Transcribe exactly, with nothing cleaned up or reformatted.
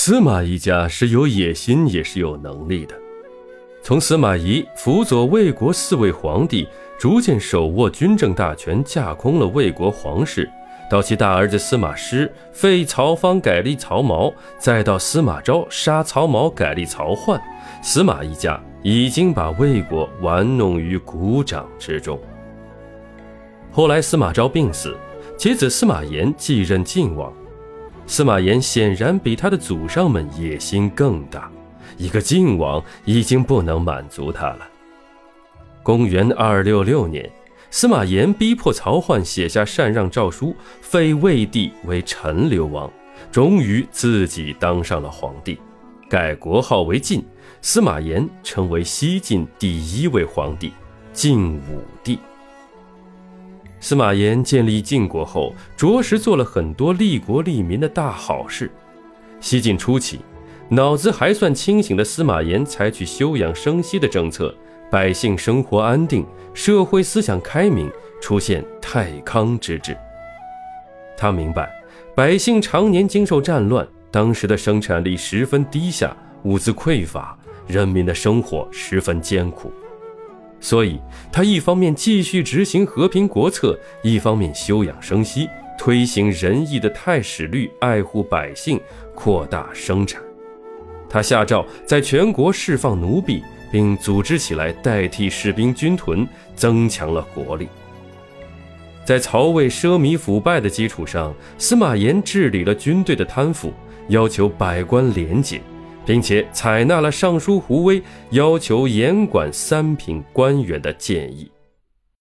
司马懿家是有野心也是有能力的。从司马懿辅佐魏国四位皇帝，逐渐手握军政大权，架空了魏国皇室，到其大儿子司马师废曹芳改立曹髦，再到司马昭杀曹髦改立曹奂，司马懿家已经把魏国玩弄于股掌之中。后来司马昭病死，其子司马炎继任晋王。司马炎显然比他的祖上们野心更大，一个晋王已经不能满足他了。公元二六六年，司马炎逼迫曹奂写下禅让诏书，废魏帝为陈留王，终于自己当上了皇帝，改国号为晋，司马炎成为西晋第一位皇帝，晋武帝。司马炎建立晋国后，着实做了很多利国利民的大好事。西晋初期，脑子还算清醒的司马炎采取休养生息的政策，百姓生活安定，社会思想开明，出现太康之治。他明白百姓常年经受战乱，当时的生产力十分低下，物资匮乏，人民的生活十分艰苦。所以他一方面继续执行和平国策，一方面休养生息，推行仁义的太史律，爱护百姓，扩大生产。他下诏在全国释放奴婢，并组织起来代替士兵军屯，增强了国力。在曹魏奢靡腐败的基础上，司马炎治理了军队的贪腐，要求百官廉洁，并且采纳了尚书胡威要求严管三品官员的建议。